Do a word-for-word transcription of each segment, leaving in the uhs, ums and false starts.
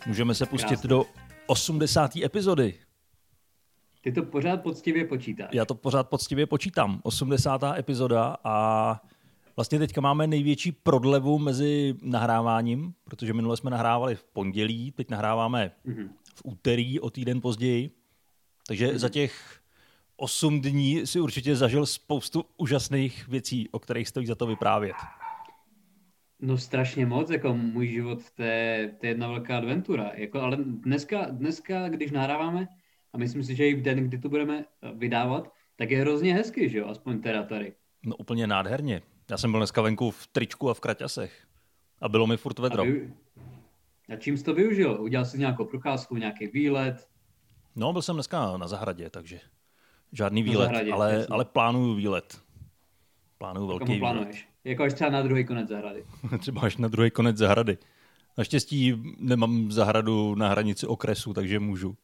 Můžeme se pustit Krásný. do osmdesáté epizody. Ty to pořád poctivě počítáš. Já to pořád poctivě počítám. osmdesátá epizoda a vlastně teďka máme největší prodlevu mezi nahráváním, protože minule jsme nahrávali v pondělí, teď nahráváme Mm-hmm. v úterý o týden později. Takže Mm-hmm. za těch osm dní si určitě zažil spoustu úžasných věcí, o kterých stojí za to vyprávět. No strašně moc, jako můj život, to je, to je jedna velká adventura. Jako, ale dneska, dneska, když nahráváme, a myslím si, že i v den, kdy to budeme vydávat, tak je hrozně hezky, že jo, aspoň teda tady. No úplně nádherně. Já jsem byl dneska venku v tričku a v kraťasech. A bylo mi furt vedro. A, vy... a čím jsi to využil? Udělal jsi nějakou procházku, nějaký výlet? No, byl jsem dneska na zahradě, takže žádný Na výlet, zahradě, ale, ale plánuju výlet. Plánuju velký Komu výlet. plánuješ? Jako až třeba na druhý konec zahrady. Třeba až na druhý konec zahrady. Naštěstí nemám zahradu na hranici okresu, takže můžu.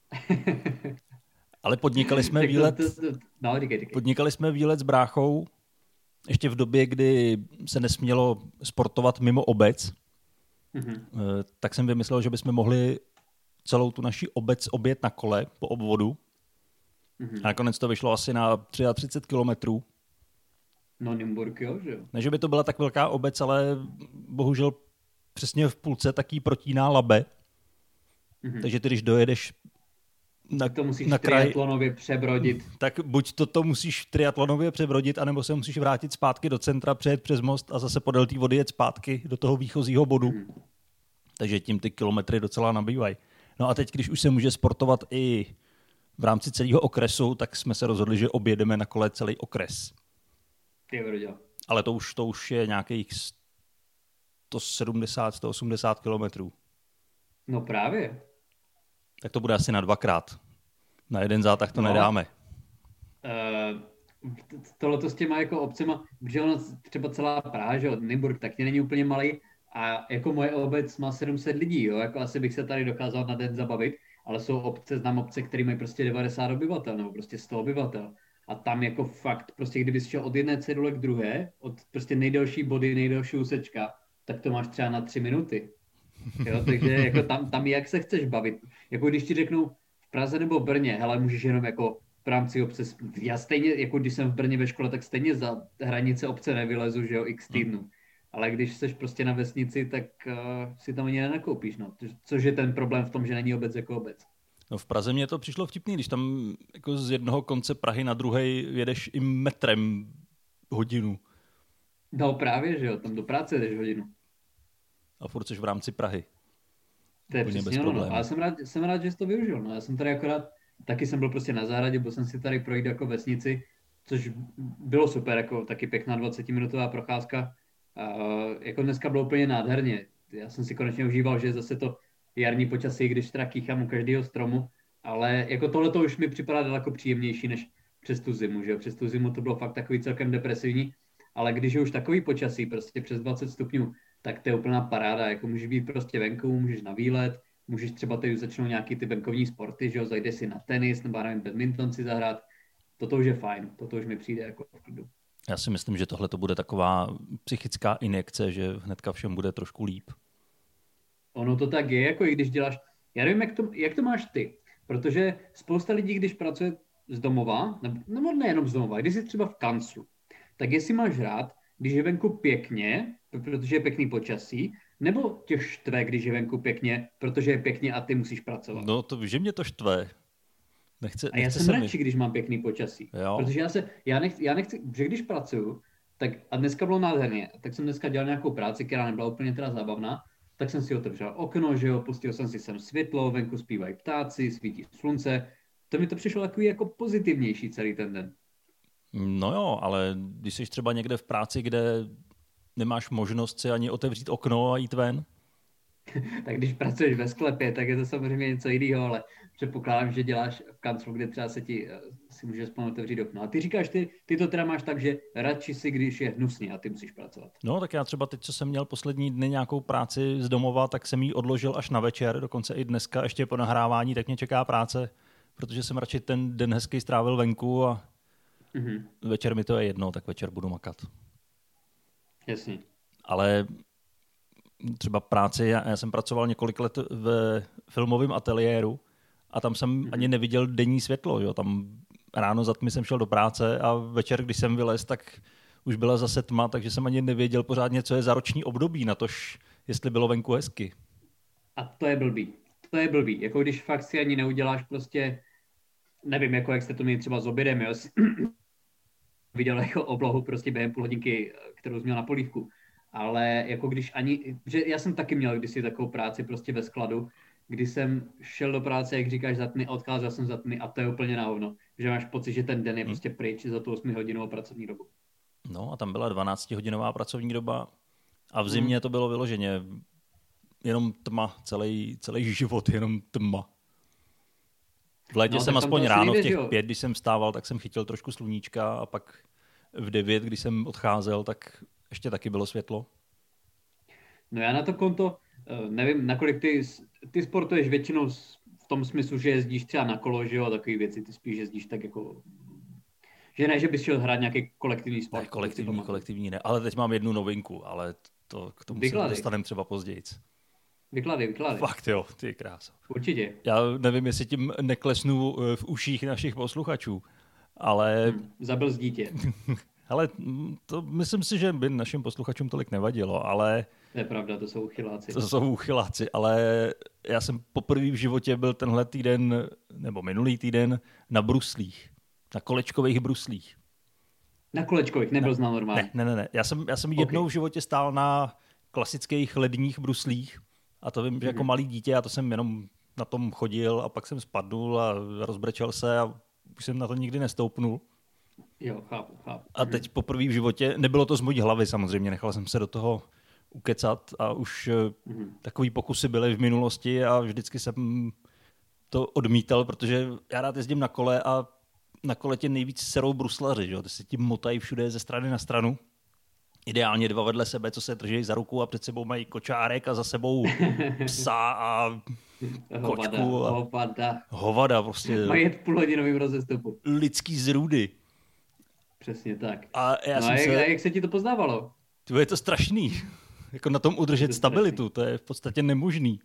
Ale podnikali jsme Tak to- výlet, to- to- No, říkej, říkej. podnikali jsme výlet s bráchou ještě v době, kdy se nesmělo sportovat mimo obec. Mhm. Eh, Tak jsem vymyslel, že bychom mohli celou tu naši obec objet na kole po obvodu. Mhm. A nakonec to vyšlo asi na třicet tři kilometrů. No Nymburk, jo, že jo? Ne, že by to byla tak velká obec, ale bohužel přesně v půlce taky protíná Labe. Mhm. Takže ty, když dojedeš na, To musíš na kraj, triatlonově přebrodit. tak buď toto musíš triatlonově přebrodit, anebo se musíš vrátit zpátky do centra, přejet přes most a zase podél té vody jet zpátky do toho výchozího bodu. Mhm. Takže tím ty kilometry docela nabývají. No a teď, když už se může sportovat i v rámci celého okresu, tak jsme se rozhodli, že objedeme na kole celý okres. Ty brdě. Ale to už, to už je nějakých sto sedmdesát, sto osmdesát kilometrů. No právě. Tak to bude asi na dvakrát. Na jeden zátah to No. nedáme. Uh, tohleto s těma jako obcema, protože ono třeba celá Praha, že jo, Nymburk taky není úplně malý a jako moje obec má sedm set lidí, jo, jako asi bych se tady dokázal na den zabavit, ale jsou obce, znám obce, které mají prostě devadesát obyvatel nebo prostě sto obyvatel a tam jako fakt, prostě kdyby šel od jedné cedule k druhé, od prostě nejdelší body, nejdelší úsečka, tak to máš třeba na tři minuty. Jo, takže jako tam, tam jak se chceš bavit. Jako když ti řeknou v Praze nebo v Brně, hele, můžeš jenom jako v rámci obce, já stejně, jako když jsem v Brně ve škole, tak stejně za hranice obce nevylezu, že jo, x týdnů. Ale když jsi prostě na vesnici, tak uh, si tam ani nenakoupíš, no. Což je ten problém v tom, že není obec jako obec. No v Praze mě to přišlo vtipný, když tam jako z jednoho konce Prahy na druhej jedeš i metrem hodinu No právě, že jo, tam do práce jdeš hodinu. a furt jsi v rámci Prahy. To je Úplně bez přesně ono, no. problémů. Ale jsem rád, jsem rád, že jsi to využil. No. Já jsem tady akorát, taky jsem byl prostě na zahradě, byl jsem si tady projít jako vesnici, což bylo super, jako taky pěkná dvacetiminutová procházka. Uh, jako dneska bylo úplně nádherně. Já jsem si konečně užíval, že je zase to jarní počasí, když teda kýchám u každého stromu, ale jako tohleto už mi připadá daleko příjemnější než přes tu zimu, že jo. Přes tu zimu to bylo fakt takový celkem depresivní, ale když je už takový počasí, prostě přes dvacet stupňů, tak to je úplná paráda, jako můžeš být prostě venku, můžeš na výlet, můžeš třeba teď začnou nějaký ty venkovní sporty, že jo, zajdeš si na tenis, nebo já nevím, badminton si zahrát, toto už je fajn, toto už mi přijde jako v klidu. Já si myslím, že tohle to bude taková psychická injekce, že hnedka všem bude trošku líp. Ono to tak je, jako i když děláš, já nevím, jak to, jak to máš ty, protože spousta lidí, když pracuje z domova, nebo, nebo nejenom z domova, když jsi třeba v kanclu, tak jestli máš rád, když je venku pěkně, protože je pěkný počasí, nebo tě štve, když je venku pěkně, protože je pěkně a ty musíš pracovat. No to, že mě to štve. Nechce, A já nechce jsem se radši, mi. když mám pěkný počasí. Jo. Protože já se, já nechci, já nechci, že když pracuju, tak a dneska bylo nádherně, tak jsem dneska dělal nějakou práci, která nebyla úplně teda zábavná, tak jsem si otevřel okno, že jo, pustil jsem si sem světlo, venku zpívají ptáci, svítí slunce. To mi to přišlo takový jako pozitivnější celý ten den. No jo, ale když jsi třeba někde v práci, kde nemáš možnost si ani otevřít okno a jít ven, Tak když pracuješ ve sklepě, tak je to samozřejmě něco jiného, ale předpokládám, že děláš v kanclu, kde třeba se ti eh, si může spolu otevřít okno. A ty říkáš, ty, ty to teda máš tak, že radši si, když je hnusně a ty musíš pracovat. no tak já třeba teď, co jsem měl poslední dny nějakou práci z domova, tak jsem ji odložil až na večer, dokonce i dneska ještě po nahrávání, tak mě čeká práce, protože jsem radši ten den hezký strávil venku a Mhm. večer mi to je jedno, tak večer budu makat. Jasně. Ale třeba práci, já, já jsem pracoval několik let v filmovém ateliéru a tam jsem mm-hmm. ani neviděl denní světlo. Jo? Tam ráno za tmy jsem šel do práce a večer, když jsem vylez, tak už byla zase tma, takže jsem ani nevěděl pořádně, co je za roční období, na tož, jestli bylo venku hezky. A to je blbý. To je blbý. Jako když fakt si ani neuděláš prostě, nevím, jako jak jste to měli třeba s obědem, jo? Viděl jako oblohu prostě během půl hodinky, kterou jsi měl na polívku. Ale jako když ani, že já jsem taky měl kdysi takovou práci prostě ve skladu, kdy jsem šel do práce, jak říkáš, za tmy, odcházel jsem za tmy a to je úplně na hovno. Že máš pocit, že ten den je prostě pryč za tu osmihodinovou pracovní dobu. No a tam byla dvanáctihodinová pracovní doba a v zimě hmm. to bylo vyloženě jenom tma, celý, celý život jenom tma. V létě no, jsem aspoň ráno v těch pět, když jsem vstával, tak jsem chytil trošku sluníčka a pak v devět, když jsem odcházel, tak ještě taky bylo světlo. No já na to konto, nevím, nakolik ty, ty sportuješ většinou v tom smyslu, že jezdíš třeba na kolo, že jo, takové věci, ty spíš jezdíš tak jako... Že ne, že bys šel hrát nějaký kolektivní sport. Ne, kolektivní, kolektivní ne, ale teď mám jednu novinku, ale to k tomu Vyklady. se dostaneme třeba později. Vyklady, vyklady. Fakt jo, ty krása. Určitě. Já nevím, jestli tím neklesnu v uších našich posluchačů, ale... Hmm, zabil z dítě. Ale to myslím si, že by našim posluchačům tolik nevadilo, ale... To je pravda, to jsou uchyláci. To jsou uchyláci, ale já jsem poprvé v životě byl tenhle týden, nebo minulý týden, na bruslích. Na kolečkových bruslích. Na kolečkových, nebyl znal normálně. Ne, ne, ne. Já jsem, já jsem jednou okay. v životě stál na klasických ledních bruslích a to vím, že jako mm-hmm. malý dítě, já to jsem jenom na tom chodil a pak jsem spadnul a rozbrečel se a už jsem na to nikdy nestoupnul. Jo, chápu, chápu. A teď poprvé v životě, nebylo to z mojí hlavy samozřejmě, nechal jsem se do toho ukecat a už mm-hmm. takový pokusy byly v minulosti a vždycky jsem to odmítal, protože já rád jezdím na kole a na kole tě nejvíc serou bruslaři, že? Ty se tím motají všude ze strany na stranu. Ideálně dva vedle sebe, co se drží za ruku a před sebou mají kočárek a za sebou psa a kočku. Hovada, a hovada. Hovada prostě. Mají jet v půlhodinovým rozestupu. Lidský zrůdy. Přesně tak. A, já no jsem a jak, se... jak se ti to poznávalo? To je to strašný. Jako na tom udržet to stabilitu, to je v podstatě nemožný.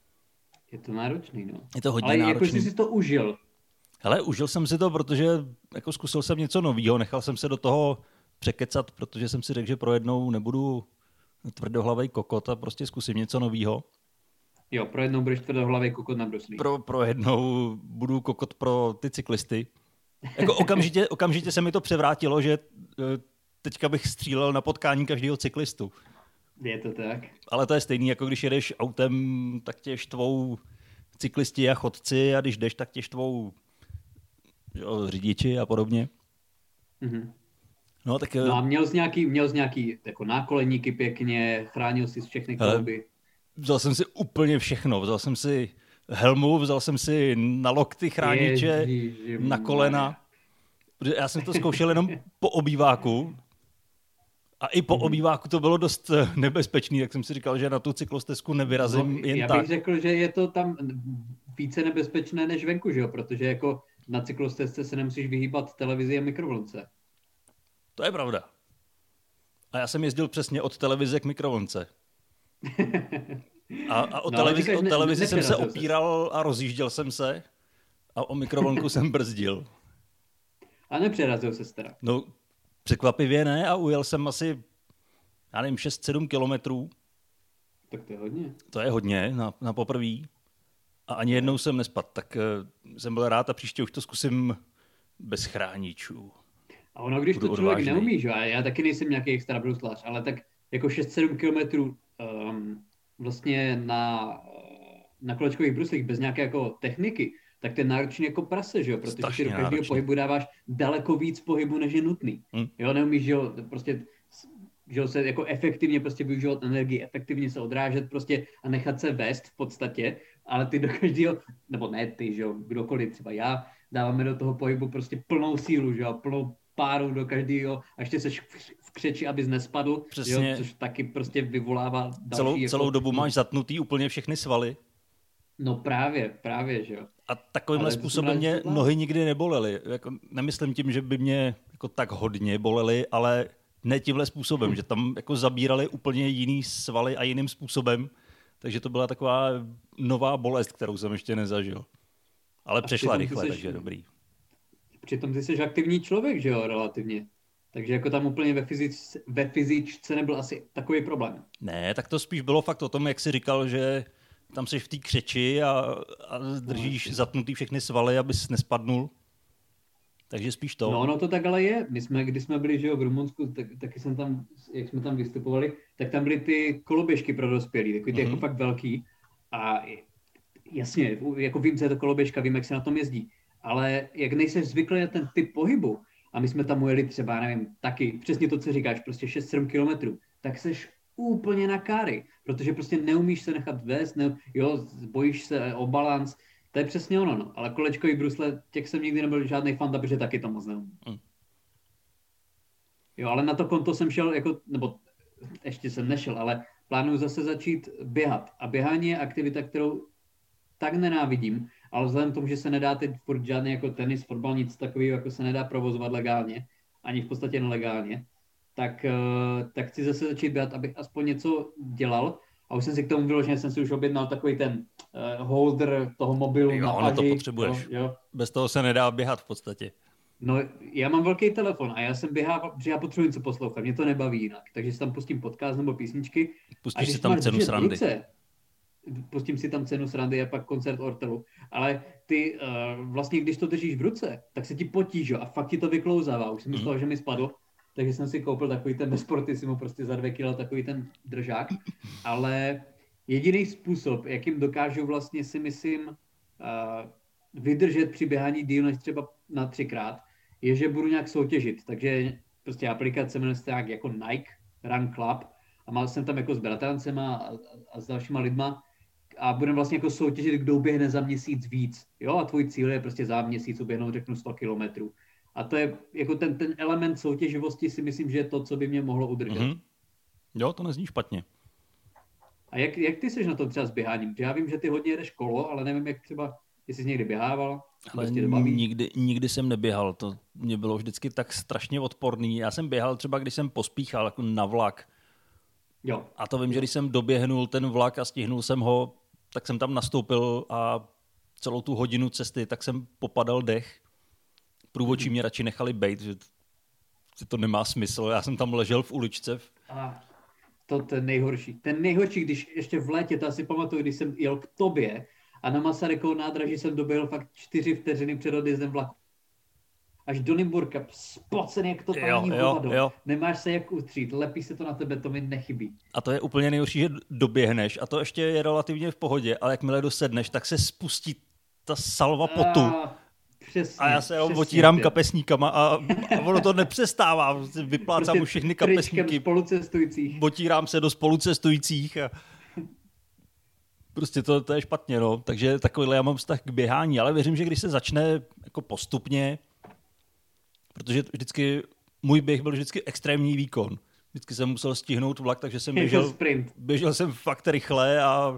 Je to náročný, no. Je to hodně Ale náročný. jako jsi si to užil. Hele, užil jsem si to, protože jako zkusil jsem něco nového, nechal jsem se do toho překecat, protože jsem si řekl, že pro jednou nebudu tvrdohlavej kokot a prostě zkusím něco nového. Jo, pro jednou budeš tvrdohlavej kokot na bruslích. Pro, pro jednou budu kokot pro ty cyklisty. Jako okamžitě, okamžitě se mi to převrátilo, že teďka bych střílel na potkání každého cyklistu. Je to tak. Ale to je stejný, jako když jedeš autem, tak tě štvou cyklisti a chodci a když jdeš, tak tě štvou jo, řidiči a podobně. Mm-hmm. No, tak... no a měl jsi nějaký, měl jsi nějaký jako nákoleníky pěkně, chránil jsi všechny klouby? Vzal jsem si úplně všechno. Vzal jsem si helmu, vzal jsem si na lokty chrániče, Ježiši, na kolena. Protože já jsem to zkoušel jenom po obýváku. A i po mm-hmm. obýváku to bylo dost nebezpečný, tak jsem si říkal, že na tu cyklostezku nevyrazím no, jen já tak. Já bych řekl, že je to tam více nebezpečné než venku, že jo? Protože jako na cyklostezce se nemusíš vyhýbat televizi a mikrovlnce. To je pravda. A já jsem jezdil přesně od televize k mikrovlnce. A, a o no, televizi, říkáš, o televizi ne, jsem se opíral a rozjížděl jsem se a o mikrovlnku jsem brzdil. A nepřerazil se teda? No, překvapivě ne a ujel jsem asi, já nevím, šest sedm kilometrů. Tak to je hodně. To je hodně na, na poprví. A ani jednou jsem nespadl, tak uh, jsem byl rád a příště už to zkusím bez chráničů. A ono, když Budu to člověk odvážnej. neumí, že? Já taky nejsem nějaký extra bruslař, ale tak jako šest sedm kilometrů um, vlastně na, na kolečkových bruslích bez nějaké jako techniky, tak to je náročný jako prase, že jo? Protože Strašně ty do každého náročný. pohybu dáváš daleko víc pohybu, než je nutný. Hmm. Jo, neumíš, že jo, prostě že jo, se jako efektivně prostě využívat energii, efektivně se odrážet prostě a nechat se vést v podstatě, ale ty do každého, nebo ne ty, že jo, kdokoliv, třeba já, dáváme do toho pohybu prostě plnou sílu, že jo, plnou páru do každého a ještě seš v křeči, abys nespadl, Přesně. Jo, což taky prostě vyvolává další... Celou, jako... celou dobu máš zatnutý úplně všechny svaly. No právě, právě, že jo. A takovýmhle způsobem mě nohy nikdy nebolely. Jako, nemyslím tím, že by mě jako tak hodně bolely, ale ne tímhle způsobem, že tam jako zabírali úplně jiný svaly a jiným způsobem, takže to byla taková nová bolest, kterou jsem ještě nezažil. Ale a přešla rychle, seš, takže dobrý. Přitom ty jsi aktivní člověk, že jo, relativně. Takže jako tam úplně ve, fyzič, ve fyzičce nebyl asi takový problém. Ne, tak to spíš bylo fakt o tom, jak jsi říkal, že tam jsi v té křeči a, a držíš no, zatnutý všechny svaly, abys nespadnul. Takže spíš to. No, no to tak ale je. My jsme, když jsme byli že jo, v Rumunsku, tak, taky jsem tam, jak jsme tam vystupovali, tak tam byly ty koloběžky pro dospělí, takový ty mm-hmm. jako fakt velký. A jasně, jako vím, co je to koloběžka, vím, jak se na tom jezdí. Ale jak nejseš zvyklý na ten typ pohybu, a my jsme tam ujeli třeba, nevím, taky, přesně to, co říkáš, prostě šest sedm kilometrů, tak seš úplně na káry, protože prostě neumíš se nechat vést, ne, jo, bojíš se o balans, to je přesně ono, no. Ale kolečkový brusle, těch jsem nikdy nebyl žádný fanda, protože taky to moc neumím. Mm. Jo, ale na to konto jsem šel, jako, nebo ještě jsem nešel, ale plánuju zase začít běhat. A běhání je aktivita, kterou tak nenávidím, ale vzhledem k tomu, že se nedá teď furt žádný jako tenis, fotbal, nic takového, jako se nedá provozovat legálně, ani v podstatě nelegálně, tak, tak chci zase začít běhat, abych aspoň něco dělal. A už jsem si k tomu vyloženě, jsem si už objednal takový ten uh, holder toho mobilu. Jo, na ono paži, to potřebuješ. Jo, jo. Bez toho se nedá běhat v podstatě. No, já mám velký telefon a já jsem běhával, protože já potřebuji něco poslouchat, mě to nebaví jinak. Takže si tam pustím podcast nebo písničky. Pustíš si tam cenu srandy. Ruce, pustím si tam cenu srandy a pak koncert Ortelu. Ale ty uh, vlastně, když to držíš v ruce, tak se ti potíš, jo, a fakt ti to vyklouzává. Už jsem myslel, mm. že mi spadl. Takže jsem si koupil takový ten bez Sportissimo, prostě za dvě kila takový ten držák. Ale jediný způsob, jakým dokážu vlastně si myslím uh, vydržet při běhání díl než třeba na třikrát, je, že budu nějak soutěžit. Takže prostě aplikace jmenuje se tak jako Nike Run Club a mal jsem tam jako s bratrancema a, a s dalšíma lidma a budeme vlastně jako soutěžit, kdo běhne za měsíc víc. Jo, a tvůj cíl je prostě za měsíc uběhnout, řeknu, sto kilometrů. A to je jako ten, ten element soutěživosti, si myslím, že je to, co by mě mohlo udržet. Mm-hmm. Jo, to nezní špatně. A jak, jak ty seš na to třeba s běháním? Já vím, že ty hodně jedeš kolo, ale nevím, jak třeba, jestli jsi někdy běhával. Ale nikdy, nikdy jsem neběhal, to mě bylo vždycky tak strašně odporný. Já jsem běhal třeba, když jsem pospíchal jako na vlak. Jo. A to vím, že když jsem doběhnul ten vlak a stihnul jsem ho, tak jsem tam nastoupil a celou tu hodinu cesty, tak jsem popadal dech. Průvodčí mě radši nechali bejt, že to nemá smysl. Já jsem tam ležel v uličce. A to ten nejhorší. Ten nejhorší, když ještě v létě, to asi pamatuju, když jsem jel k tobě a na Masarykovo nádraží jsem doběhl fakt čtyři vteřiny před odjezdem vlaku. Až do Nymburka, spocený jak totální hovado. Nemáš se jak utřít, lepí se to na tebe, to mi nechybí. A to je úplně nejhorší, že doběhneš a to ještě je relativně v pohodě, ale jakmile dosedneš, tak se spustí ta salva potu. A... Přesně, a já se jenom otírám kapesníkama a, a ono to nepřestává. Vyplácám prostě už všechny kapesníky. Spolucestujících. Otírám se do spolucestujících. A prostě to, to je špatně. No. Takže takovýhle já mám vztah k běhání, ale věřím, že když se začne jako postupně, protože vždycky můj běh byl vždycky extrémní výkon. Vždycky jsem musel stihnout vlak, takže jsem běžel, běžel jsem fakt rychle a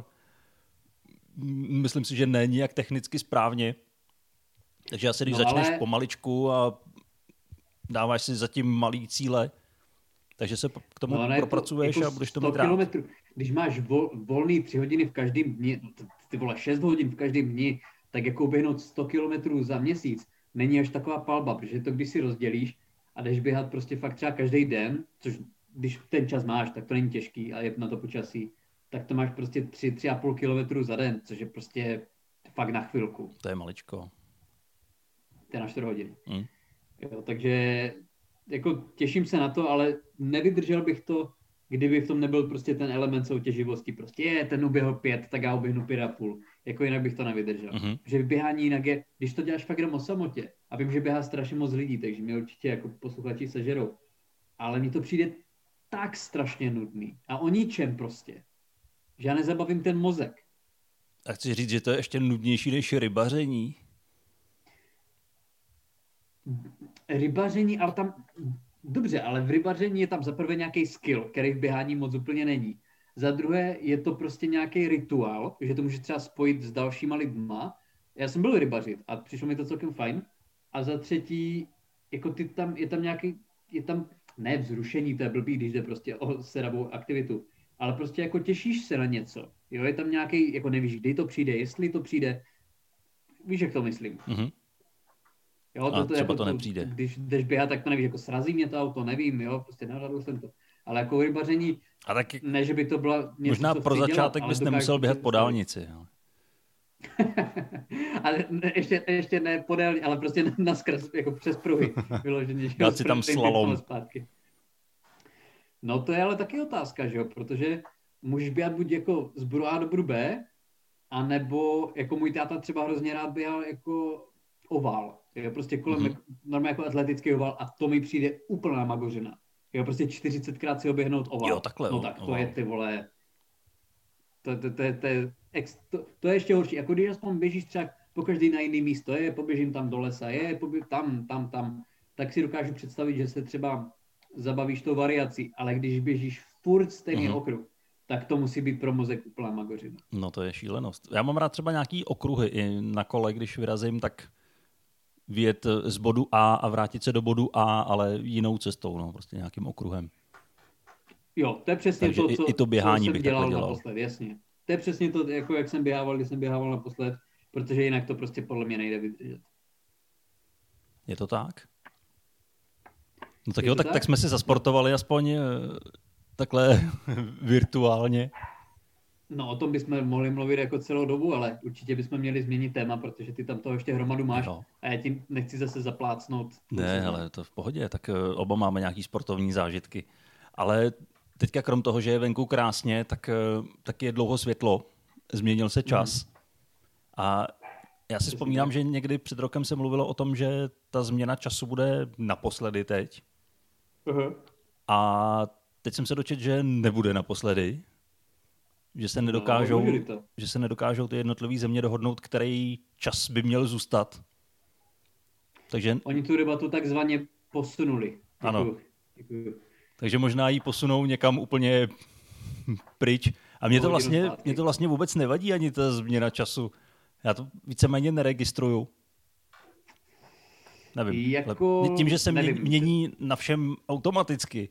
myslím si, že ne nijak technicky správně. Takže asi, když no, začneš ale... pomaličku a dáváš si zatím malý cíle, takže se k tomu no, ne, propracuješ to, jako a budeš to mít rád. Když máš vol, volný tři hodiny v každém dni, ty vole šest hodin v každém dni, tak jako uběhnout sto kilometrů za měsíc není až taková palba, protože to, když si rozdělíš a jdeš běhat prostě fakt třeba každý den, což když ten čas máš, tak to není těžký a je na to počasí, tak to máš prostě tři, tři a půl kilometru za den, což je prostě fakt na chvilku. To je maličko. To je na čtyři hodiny. Mm. Jo, takže jako těším se na to, ale nevydržel bych to, kdyby v tom nebyl prostě ten element soutěživosti. Prostě je, ten uběhl pět, tak já uběhnu pět a půl. Jako jinak bych to nevydržel. Mm-hmm. Že běhání jinak je, když to děláš fakt jenom o samotě, a vím, že běhá strašně moc lidí, takže mě určitě jako posluchači sežerou. Ale mi to přijde tak strašně nudný. A o ničem prostě. Že já nezabavím ten mozek. A chci říct, že to je ještě nudnější než rybaření? Rybaření, ale tam... Dobře, ale v rybaření je tam za prvé nějaký skill, který v běhání moc úplně není. Za druhé je to prostě nějaký rituál, že to může třeba spojit s dalšíma lidma. Já jsem byl rybařit a přišlo mi to celkem fajn. A za třetí, jako ty tam, je tam nějaký, je tam ne vzrušení, to je blbý, když jde prostě o sedavou aktivitu, ale prostě jako těšíš se na něco. Jo, je tam nějaký, jako nevíš, kdy to přijde, jestli to přijde. Víš, jak to myslím. Mm-hmm. Jo, to, to, to jako to to, nepřijde. Když jdeš běhat, tak to nevíš, jako srazí mě to auto, nevím, jo, prostě neodhadl jsem to. Ale jako rybaření, a tak, ne, že by to byla něco, možná co pro chci začátek dělat, bys nemusel běhat po dálnici. Jo. ale ne, ještě, ještě ne podél, ale prostě naskrz, jako přes pruhy. Vyloženě, dát si tam slalom. No to je ale taky otázka, že jo, protože můžeš běhat buď jako z bodu A do bodu B, anebo jako můj táta třeba hrozně rád běhal jako ovál. Jo, prostě kolem mm-hmm. normálně jako atletický ovál a to mi přijde úplná magořina. Jo, prostě čtyřicetkrát si oběhnout ovál. Jo, takhle. No tak to ovál. je ty vole, to, to, to, to, to, je ex, to, to je ještě horší. Jako když aspoň běžíš třeba po každý na jiný místo, je, poběžím tam do lesa, je, pobě, tam, tam, tam, tak si dokážu představit, že se třeba zabavíš tou variací, ale když běžíš furt stejný mm-hmm. okruh, tak to musí být pro mozek úplná magořina. No to je šílenost. Já mám rád třeba nějaký okruhy i na kole, když vyrazím, tak vyjet z bodu A a vrátit se do bodu A, ale jinou cestou, no, prostě nějakým okruhem. Jo, to je přesně takže to, co, i, i to běhání co jsem bych dělal, dělal naposled, jasně. To je přesně to, jako jak jsem běhával, když jsem běhával naposled, protože jinak to prostě podle mě nejde vydržet. Je to tak? No tak jo, tak, tak? tak jsme si zasportovali aspoň takhle virtuálně. No o tom bychom mohli mluvit jako celou dobu, ale určitě bychom měli změnit téma, protože ty tam toho ještě hromadu máš no. A já tím nechci zase zaplácnout. Ne, ale to v pohodě, tak oba máme nějaký sportovní zážitky. Ale teďka krom toho, že je venku krásně, tak, tak je dlouho světlo, změnil se čas. Mm. A já si vzpomínám, že někdy před rokem se mluvilo o tom, že ta změna času bude naposledy teď. Uh-huh. A teď jsem se dočetl, že nebude naposledy. Že se nedokážou, no, že se nedokážou ty jednotlivé země dohodnout, který čas by měl zůstat. Takže... Oni tu debatu takzvaně posunuli. Děkuju. Ano. Děkuju. Takže možná ji posunou někam úplně pryč. A mě to, vlastně, mě to vlastně vůbec nevadí ani ta změna času. Já to víceméně neregistruju. Nevím. Jako... Tím, že se nevím. mění na všem automaticky,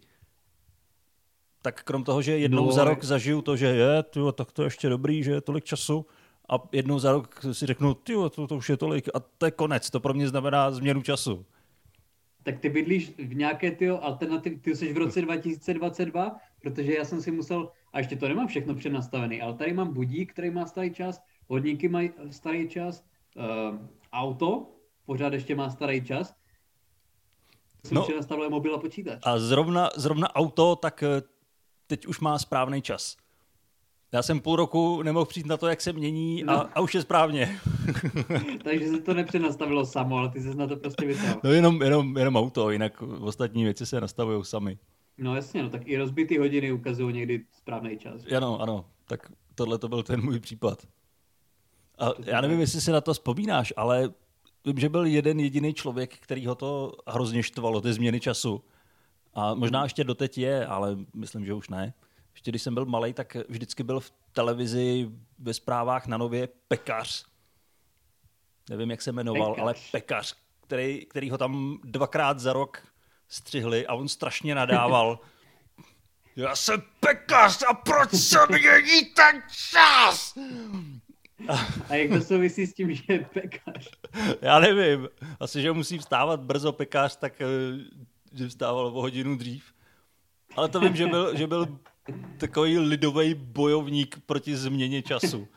tak krom toho, že jednou no, za rok zažiju to, že je, tyjo, tak to je ještě dobrý, že je tolik času, a jednou za rok si řeknu, tyjo, to, to už je tolik, a to je konec. To pro mě znamená změnu času. Tak ty bydlíš v nějaké tyjo, alternativě, ty jsi v roce dva tisíce dvacet dva, protože já jsem si musel, a ještě to nemám všechno přednastavený, ale tady mám budík, který má starý čas, hodníky mají starý čas, uh, auto pořád ještě má starý čas. Jsem no, přednastavil mobil a počítač. A zrovna, zrovna auto, tak teď už má správný čas. Já jsem půl roku nemohl přijít na to, jak se mění a, no. a už je správně. Takže se to nepřenastavilo samo, ale ty jsi na to prostě vytáhl. No jenom, jenom, jenom auto, jinak ostatní věci se nastavují sami. No jasně, no tak i rozbitý hodiny ukazují někdy správný čas. Ano, ano, tak tohle to byl ten můj případ. A já nevím, jestli si na to vzpomínáš, ale vím, že byl jeden jediný člověk, který ho to hrozně štvalo, ty změny času. A možná ještě doteď je, ale myslím, že už ne. Ještě když jsem byl malej, tak vždycky byl v televizi ve zprávách na Nově pekař. Nevím, jak se jmenoval, pekař. ale pekař, který, který ho tam dvakrát za rok střihli a on strašně nadával. Já jsem pekař a proč se mění ten čas? A jak to souvisí s tím, že je pekař? Já nevím. Asi, že musí vstávat brzo pekař, tak že vstával o hodinu dřív. Ale to vím, že byl, že byl takový lidový bojovník proti změně času.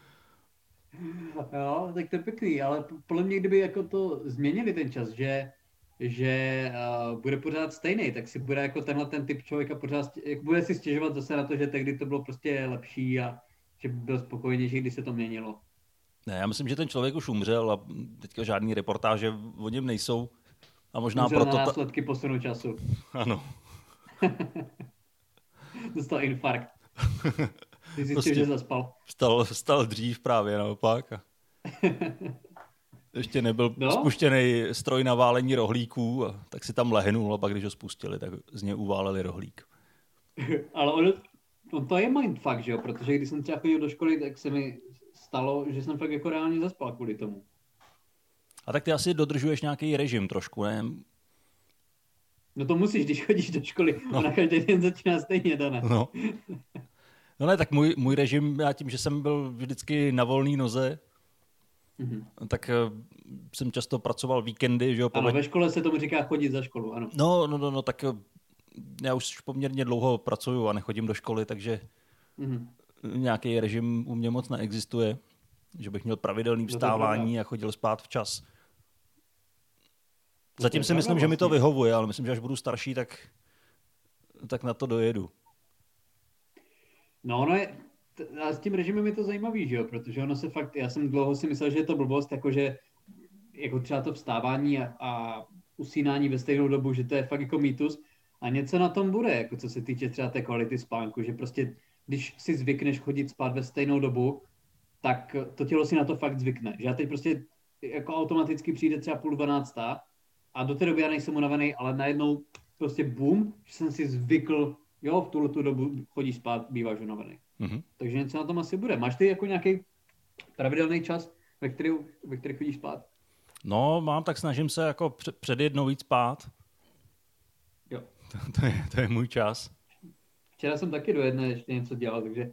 Jo, tak to je pěkný, ale podle mě, kdyby jako to změnili ten čas, že, že uh, bude pořád stejný, tak si bude jako tenhle ten typ člověka pořád, jak bude si stěžovat zase na to, že tehdy to bylo prostě lepší a že by byl spokojenější, když se to měnilo. Ne, já myslím, že ten člověk už umřel a teďka žádný reportáže o něm nejsou. A možná umřel proto na následky ta... posunu času. Ano. Dostal infarkt. Ty zjistil, prostě že zaspal. Vstal, vstal dřív právě naopak. A ještě nebyl no? spuštěný stroj na válení rohlíků, a tak si tam lehnul a pak, když ho spustili, tak z něj uváleli rohlík. Ale on, on to je mindfuck, že jo? Protože když jsem třeba chodil do školy, tak se mi stalo, že jsem fakt jako reálně zaspal kvůli tomu. A tak ty asi dodržuješ nějaký režim trošku, ne? No to musíš, když chodíš do školy. No. Ona každý den začíná stejně, Dana. No. No ne, tak můj, můj režim, já tím, že jsem byl vždycky na volné noze, mm-hmm. tak uh, jsem často pracoval víkendy. Že jo, ano, ve škole se tomu říká chodit za školu, ano. No, no, no, no tak uh, já už poměrně dlouho pracuju a nechodím do školy, takže mm-hmm. nějaký režim u mě moc neexistuje, že bych měl pravidelný vstávání a chodil spát včas. Zatím si myslím, vlastně. že mi to vyhovuje, ale myslím, že až budu starší, tak, tak na to dojedu. No, ono je, a s tím režimem je to zajímavý, že jo, protože ono se fakt, já jsem dlouho si myslel, že je to blbost, jakože jako třeba to vstávání a, a usínání ve stejnou dobu, že to je fakt jako mýtus a něco na tom bude, jako co se týče třeba té kvality spánku, že prostě když si zvykneš chodit spát ve stejnou dobu, tak to tělo si na to fakt zvykne, že já teď prostě jako automaticky přijde třeba půl dvanáctá a do té doby já nejsem unavený, ale najednou prostě boom, že jsem si zvykl, jo, v tuhle tu dobu chodíš spát, býváš unavený. Mm-hmm. Takže něco na tom asi bude. Máš ty jako nějaký pravidelný čas, ve který, ve který chodíš spát? No, mám, tak snažím se jako před jednou víc spát. Jo. To, to, je, to je můj čas. Včera jsem taky do jedné ještě něco dělal, takže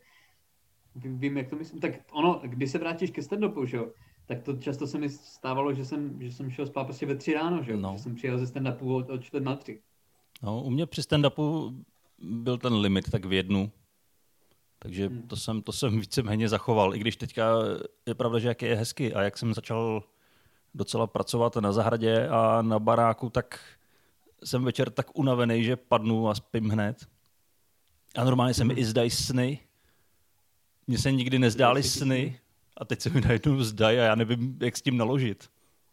vím, jak to myslím. Tak ono, když se vrátíš ke stand-upu, že jo, tak to často se mi stávalo, že jsem, že jsem šel spát prostě ve tři ráno, že jo, no. Že jsem přijel ze stand-upu od, od čtvrt na tři. No, u mě při stand-upu byl ten limit tak v jednu. Takže hmm. to jsem, to jsem víceméně zachoval. I když teďka je pravda, že jak je hezky a jak jsem začal docela pracovat na zahradě a na baráku, tak jsem večer tak unavený, že padnu a spím hned. A normálně se mi hmm. i zdají sny. Mně se nikdy nezdály sny a teď se mi najednou zdají a já nevím, jak s tím naložit.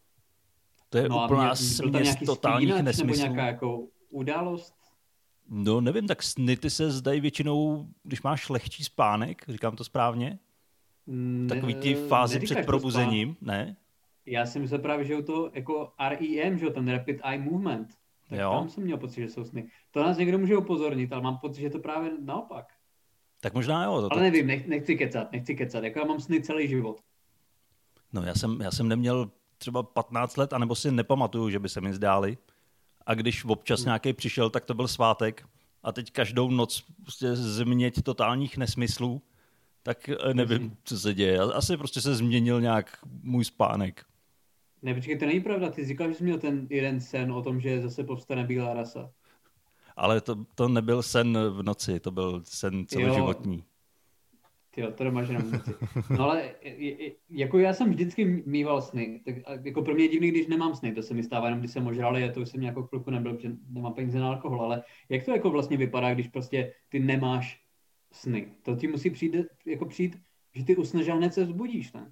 To je no úplná směs totálních nesmyslů. Nebo nějaká jako událost? No nevím, tak sny ty se zdají většinou, když máš lehčí spánek, říkám to správně? Ne, takový ty fázi před probuzením, ne? Já si myslel právě, že je to jako R E M, že ten Rapid Eye Movement. Tak jo. Tam jsem měl pocit, že jsou sny. To nás někdo může upozornit, ale mám pocit, že to právě naopak. Tak možná jo. To ale nevím, nech, nechci kecat, nechci kecat. Jako já mám sny celý život. No já jsem, já jsem neměl třeba patnáct let, anebo si nepamatuju, že by se mi zdály. A když občas hmm. nějaký přišel, tak to byl svátek. A teď každou noc prostě změť totálních nesmyslů, tak nevím, co se děje. Asi prostě se změnil nějak můj spánek. Ne, počkej, to není pravda. Ty jsi říkal, že jsi měl ten jeden sen o tom, že zase povstane bílá rasa. Ale to, to nebyl sen v noci, to byl sen celoživotní. Jo, to máš jenom v noci. No ale jako já jsem vždycky mýval sny. Tak jako pro mě je divný, když nemám sny. To se mi stává jenom, když jsem ožralý a to už jsem nějakou chvilku nebyl, protože nemám peníze na alkohol. Ale jak to jako vlastně vypadá, když prostě ty nemáš sny? To ti musí přijít, jako přijít, že ty usneš a hned se vzbudíš, ne?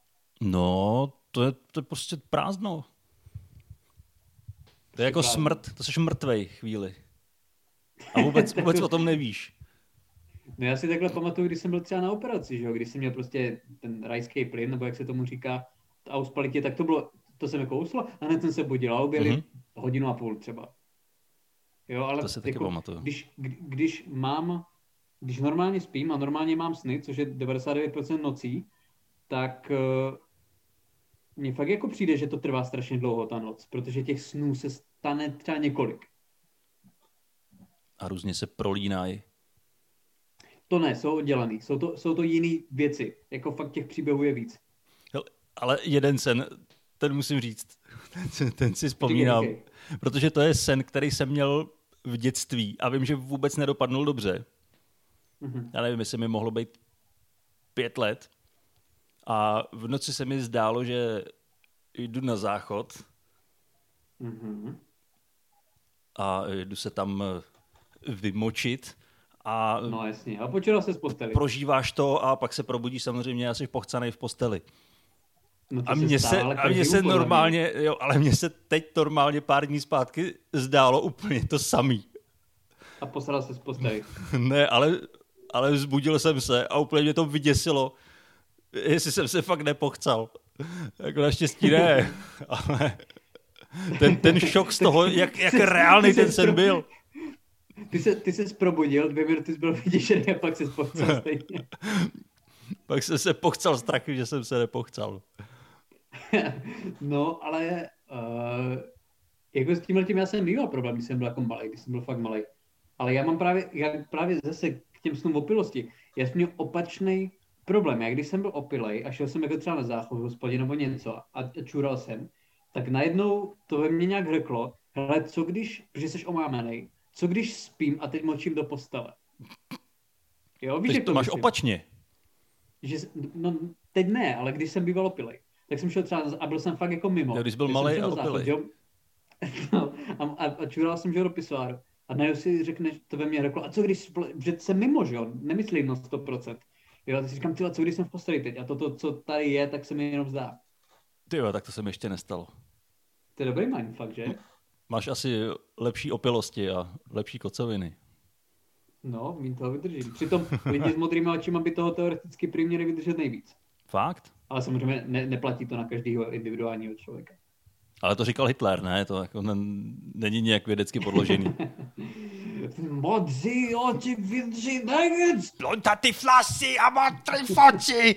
No, to je, to je prostě prázdno. To je jako prázdno. Smrt, to jsi mrtvej chvíli. A vůbec, vůbec o tom nevíš. No já si takhle pamatuju, když jsem byl třeba na operaci, že jo? Když jsem měl prostě ten rajský plyn, nebo jak se tomu říká, a uspali tě, tak to bylo, to jsem jako usl a hned jsem se budil a objeli mm-hmm. hodinu a půl třeba. Jo, ale to se taky jako, pamatuju. Když, když mám, když normálně spím a normálně mám sny, což je devadesát devět procent nocí, tak uh, mně fakt jako přijde, že to trvá strašně dlouho ta noc, protože těch snů se stane třeba několik. A různě se prolínají. To ne, jsou oddělený. Jsou to, jsou to jiný věci. Jako fakt těch příběhů je víc. Ale jeden sen, ten musím říct, ten, ten si vzpomínám, okay, okay. Protože to je sen, který jsem měl v dětství a vím, že vůbec nedopadnul dobře. Mm-hmm. Já nevím, jestli mi mohlo být pět let a v noci se mi zdálo, že jdu na záchod mm-hmm. a jdu se tam vymočit. A no jasně, a počítal se z posteli. Prožíváš to a pak se probudíš samozřejmě a jsi pochcanej v posteli. No a mně se, se, a mě se normálně, jo, ale mně se teď normálně pár dní zpátky zdálo úplně to samý. A posral se z posteli. Ne, ale, ale vzbudil jsem se a úplně mě to vyděsilo, jestli jsem se fakt nepochcal. Jako naštěstí ne, ale ten, ten šok z toho, jak, jak reálný ten sen byl. Ty se, ty se probudil, dvě minuty jsi byl vyděšený a pak se pochcal stejně. Pak jsem se pochcal strachy, že jsem se nepochcal. No, ale uh, jako s tímhletím já jsem mýval problém, když jsem byl jako malý, když jsem byl fakt malý. Ale já mám právě, já právě zase k těm snům opilosti. Já jsem měl opačný problém. Já když jsem byl opilej a šel jsem jako třeba na záchod v hospodě nebo něco a čural jsem, tak najednou to ve mně nějak řeklo, hele, co když, protože jsi omámenej, co když spím a teď močím do postele? Jo, víš, Teď jak to to máš myslím? opačně. Že, no, teď ne, ale když jsem býval opilej, tak jsem šel třeba a byl jsem fakt jako mimo. Jo, když byl malej a opilej. No, a, a, a čural jsem, že do pisoáru. A najednou si řekne, to ve mně řeklo, a co když, že jsem mimo, že jo, nemyslím na sto procent. Jo, a si říkám, tyhle, co když jsem v posteli teď a toto, co tady je, tak se mi jenom zdá. Ty jo, tak to se mi ještě nestalo. To je dobrý mindfuck, že? Máš asi lepší opilosti a lepší kocoviny. No, míň toho vydržím. Přitom lidi s modrýma očima by toho teoreticky prý měli vydržet nejvíc. Fakt? Ale samozřejmě ne, neplatí to na každého individuálního člověka. Ale to říkal Hitler, ne? To jako ne, není nějak vědecky podložený. Modří oči vydrží nejvíc! Plontatý flasy a modrý foči!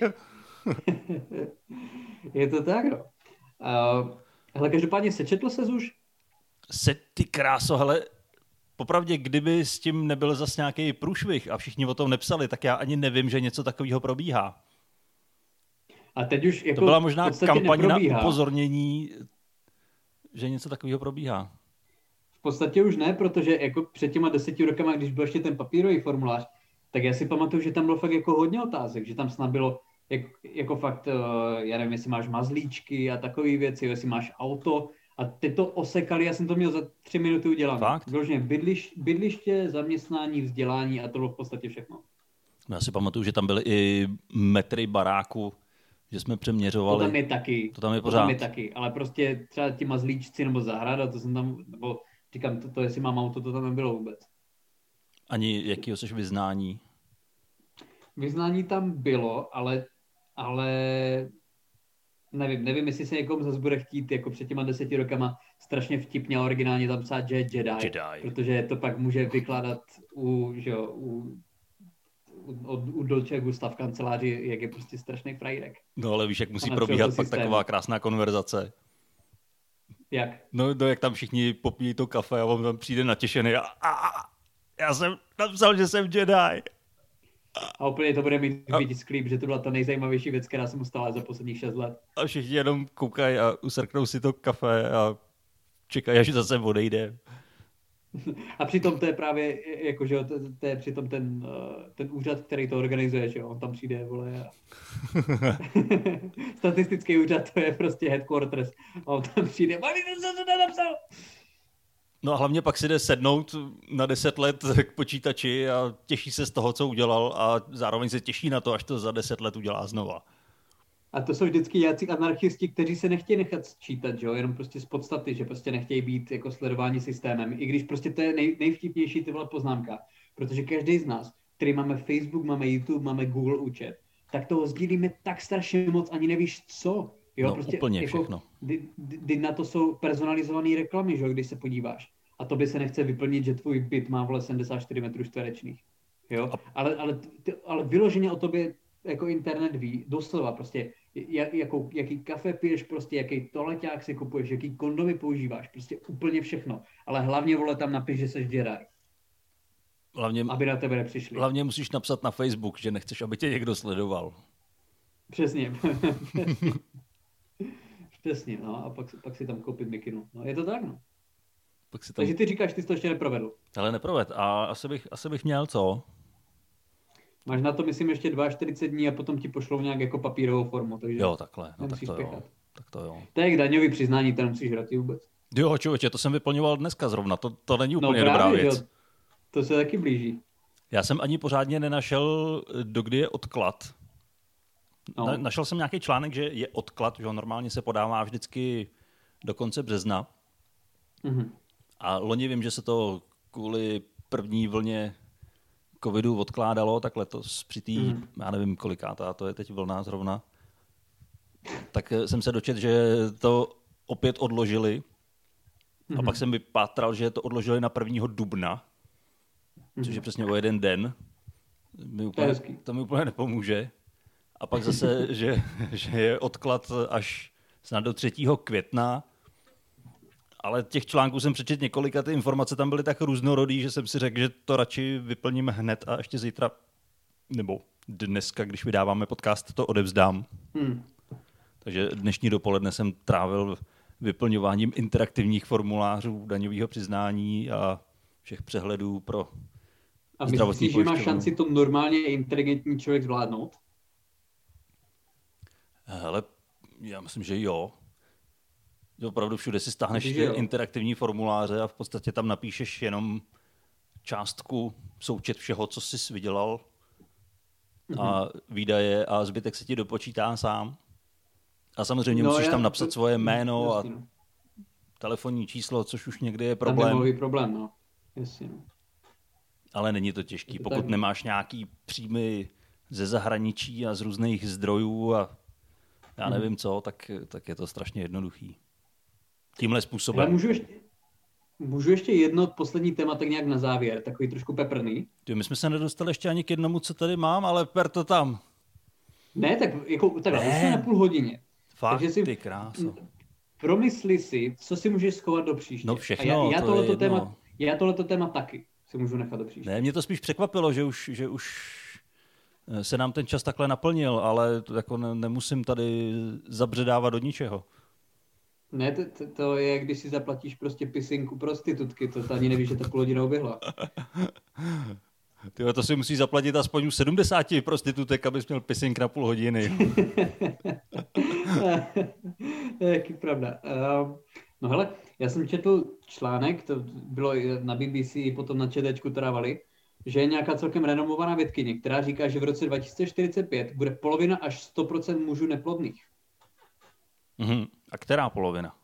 Je to tak, no. Uh, hele, každopádně sečetl ses už? Se ty kráso, hele, popravdě, kdyby s tím nebyl zas nějaký průšvih a všichni o tom nepsali, tak já ani nevím, že něco takového probíhá. A teď už jako to byla možná kampaň neprobíhá. Na upozornění, že něco takového probíhá. V podstatě už ne, protože jako před těma deseti rokama, když byl ještě ten papírový formulář, tak já si pamatuju, že tam bylo fakt jako hodně otázek, že tam snad bylo jako, jako fakt, já nevím, jestli máš mazlíčky a takové věci, jestli máš auto a ty to osekali, já jsem to měl za tři minuty udělat. Fakt? Vyloženě bydliš, bydliště, zaměstnání, vzdělání a to bylo v podstatě všechno. Já si pamatuju, že tam byly i metry baráku, že jsme přeměřovali. To tam je taky. To tam je to pořád. Tam je taky, ale prostě třeba ti mazlíčci nebo zahrada, to jsem tam, nebo říkám, to, to jestli mám auto, to tam nebylo vůbec. Ani jakýho seš vyznání? Vyznání tam bylo, ale, ale nevím, nevím, jestli se někomu zase bude chtít, jako před těma deseti rokama strašně vtipně a originálně tam psát, že je Jedi, Jedi. Protože to pak může vykládat u, že jo, u, u, u Dolce Gustav v kanceláři, jak je prostě strašný frajrek. No ale víš, jak musí probíhat pak taková krásná konverzace. Jak? No, no jak tam všichni popíjí to kafe a on tam přijde natěšený a, a, a já jsem napsal, že jsem Jedi. A úplně to bude mít vytisklý, že to byla ta nejzajímavější věc, která se mu stala za posledních šest let. A všichni jenom koukají a usrknou si to kafe a čekají, až zase odejde. A přitom to je právě, jakože to, to je přitom ten, ten úřad, který to organizuje, že jo, on tam přijde, vole, a... Statistický úřad, to je prostě headquarters, a on tam přijde, a víte, co to napsal? No a hlavně pak si jde sednout na deset let k počítači a těší se z toho, co udělal a zároveň se těší na to, až to za deset let udělá znova. A to jsou vždycky nějací anarchisti, kteří se nechtějí nechat sčítat, že jo, jenom prostě z podstaty, že prostě nechtějí být jako sledováni systémem, i když prostě to je nej, nejvtipnější tyhle poznámka, protože každý z nás, který máme Facebook, máme YouTube, máme Google účet, tak toho sdílíme tak strašně moc, ani nevíš co. Jo, no prostě úplně jako, všechno. Kdy, kdy na to jsou personalizované reklamy, že jo, když se podíváš. A to by se nechce vyplnit, že tvůj byt má vole sedmdesát čtyři metrů čtverečných. Jo, ale, ale, ale vyloženě o tobě jako internet ví, doslova prostě, jak, jakou, jaký kafe piješ, prostě jaký toaleťák si kupuješ, jaký kondomy používáš, prostě úplně všechno. Ale hlavně, vole, tam napiš, že seš Jedi. Hlavně, aby na tebe nepřišli. Hlavně musíš napsat na Facebook, že nechceš, aby tě někdo sledoval. Přesně. Přesně, no, a pak, pak si tam koupit mikinu. No, je to tak, no. Pak si tam... Takže ty říkáš, ty jsi to ještě neprovedl. Ale neproved. A asi bych, asi bych měl, co? Máš na to, myslím, ještě čtyřicet dva dní a potom ti pošlou nějak jako papírovou formu. Takže jo, takhle. No, tak to jo. tak to jo. To je jak daňový přiznání, to nemusíš hrát vůbec. Jo, člověče, to jsem vyplňoval dneska zrovna. To, to není úplně no, právě, dobrá věc. Jo. To se taky blíží. Já jsem ani pořádně nenašel, dokdy je odklad. No. Na, našel jsem nějaký článek, že je odklad, že ho normálně se podává vždycky do konce března. Mm-hmm. A loni vím, že se to kvůli první vlně covidu odkládalo, tak letos při té, mm. já nevím kolikátá, to je teď vlna zrovna, tak jsem se dočetl, že to opět odložili mm. a pak jsem vypátral, že to odložili na prvního dubna, mm. což je přesně o jeden den. Mi úplně, to mi úplně nepomůže. A pak zase, že, že je odklad až snad do třetího května ale těch článků jsem přečet několik a ty informace tam byly tak různorodý, že jsem si řekl, že to radši vyplním hned a ještě zítra, nebo dneska, když vydáváme podcast, to odevzdám. Hmm. Takže dnešní dopoledne jsem trávil vyplňováním interaktivních formulářů daňového přiznání a všech přehledů pro a myslíš, že má šanci to normálně inteligentní člověk zvládnout? Hele, já myslím, že jo. Že opravdu všude si stáhneš ty interaktivní formuláře a v podstatě tam napíšeš jenom částku, součet všeho, co jsi vydělal mm-hmm. a výdaje a zbytek se ti dopočítá sám. A samozřejmě no, musíš já, tam napsat to, svoje jméno jasně, a telefonní číslo, což už někdy je problém. To je problém, no. Jasně, no. Ale není to těžký. Pokud tak... nemáš nějaký příjmy ze zahraničí a z různých zdrojů a já nevím hmm. co, tak, tak je to strašně jednoduchý. Tímhle způsobem. Ale můžu ještě, můžu ještě jedno poslední téma tak nějak na závěr, takový trošku peprný. My jsme se nedostali ještě ani k jednomu, co tady mám, ale per to tam. Ne, tak jako takhle, už jsme na půl hodině. Fakt, si, ty kráso. Promysli si, co si můžeš schovat do příště. No všechno, a já, já to tohleto je téma, já tohleto téma taky si můžu nechat do příště. Ne, mě to spíš překvapilo, že už, že už se nám ten čas takhle naplnil, ale to jako ne, nemusím tady zabředávat do ničeho. Ne, to, to, to je, když si zaplatíš prostě pisinku prostitutky, to ani nevíš, že ta půl hodina uběhla. Tyhle, to si musí zaplatit aspoň u sedmdesáti prostitutek, abys měl pisink na půl hodiny. To je taky pravda. Um, no hele, já jsem četl článek, to bylo na B B C, potom na ČTčku to dávali, že je nějaká celkem renomovaná vědkyně, která říká, že v roce dva tisíce čtyřicet pět bude polovina až sto procent mužů neplodných. Mm-hmm. A která polovina?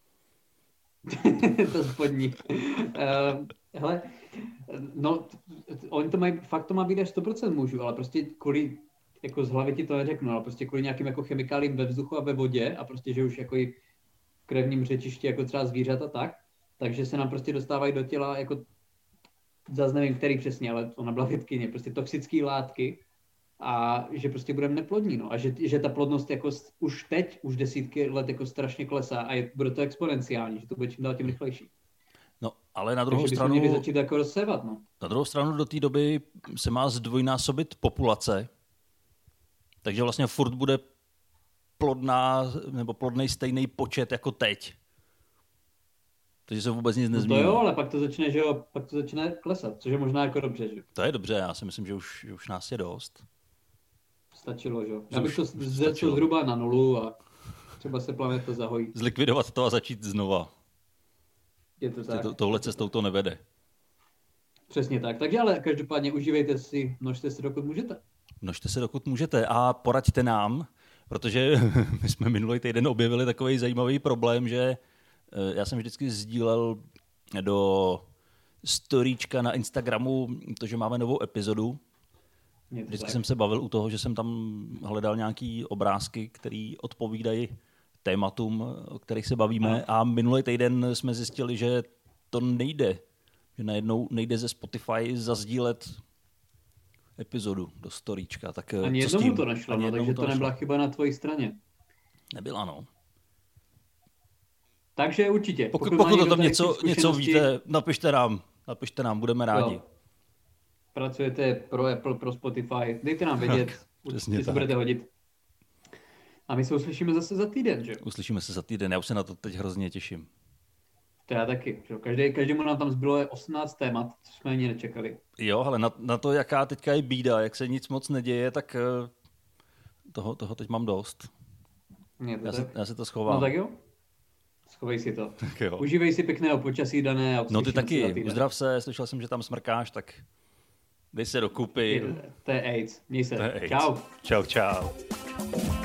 To spodní. Uh, hele, no, oni to mají, fakt to má být až sto procent mužů, ale prostě kvůli, jako z hlavy ti to neřeknu, ale prostě kvůli nějakým jako chemikálím ve vzduchu a ve vodě a prostě, že už jako i v krevním řečišti, jako třeba zvířata tak, takže se nám prostě dostávají do těla, jako zase nevím, který přesně, ale ona byla vědkyně, prostě toxické látky a že prostě budeme neplodní, no, a že, že ta plodnost jako už teď, už desítky let jako strašně klesá a je, bude to exponenciální, že to bude čím dál tím rychlejší. No, ale na druhou takže stranu... Takže začít jako rozsévat, no. Na druhou stranu do té doby se má zdvojnásobit populace, takže vlastně furt bude plodná, nebo plodnej stejný počet jako teď. Takže se vůbec nic nezmění. No to jo, ale pak to začne, že jo, pak to začne klesat, což je možná jako dobře, že? To je dobře, já si myslím, že už, že už nás je dost. Stačilo, že jo. Já bych to zřešil zhruba na nulu a třeba se planeta zahojí. Zlikvidovat to a začít znova. Je to tak. To, tohle cestou to nevede. Přesně tak. Takže ale každopádně užívejte si, množte se dokud můžete. Množte se dokud můžete a poraďte nám, protože my jsme minulý týden objevili takový zajímavý problém, že já jsem vždycky sdílel do storíčka na Instagramu to, že máme novou epizodu. Vždycky tak jsem se bavil u toho, že jsem tam hledal nějaký obrázky, které odpovídají tématům, o kterých se bavíme. A minulý týden jsme zjistili, že to nejde. Že najednou nejde ze Spotify zazdílet epizodu do storíčka. Tak ani jednomu to nešlo, Ani no, takže to, to nebyla chyba na tvojí straně. Nebyla, no. Takže určitě. Pokud, pokud, pokud o tom něco, něco víte, napište nám. Napište nám, budeme rádi. Jo. Pracujete pro Apple, pro Spotify, dejte nám vědět, určitě se budete hodit. A my se uslyšíme zase za týden, že? Uslyšíme se za týden, já už se na to teď hrozně těším. To já taky. Že? Každý, každému nám tam zbylo osmnáct témat, co jsme ani nečekali. Jo, ale na, na to, jaká teďka je bída, jak se nic moc neděje, tak toho, toho teď mám dost. Je to já, tak? Se, já se to schovám. No tak jo. Schovej si to. Tak jo. Užívej si pěkného počasí, Dané. A no ty taky, uzdrav se, slyšel jsem, že tam smrkáš, tak dej se dokupy. To je AIDS, měj se. To je AIDS. Čau. Čau, čau.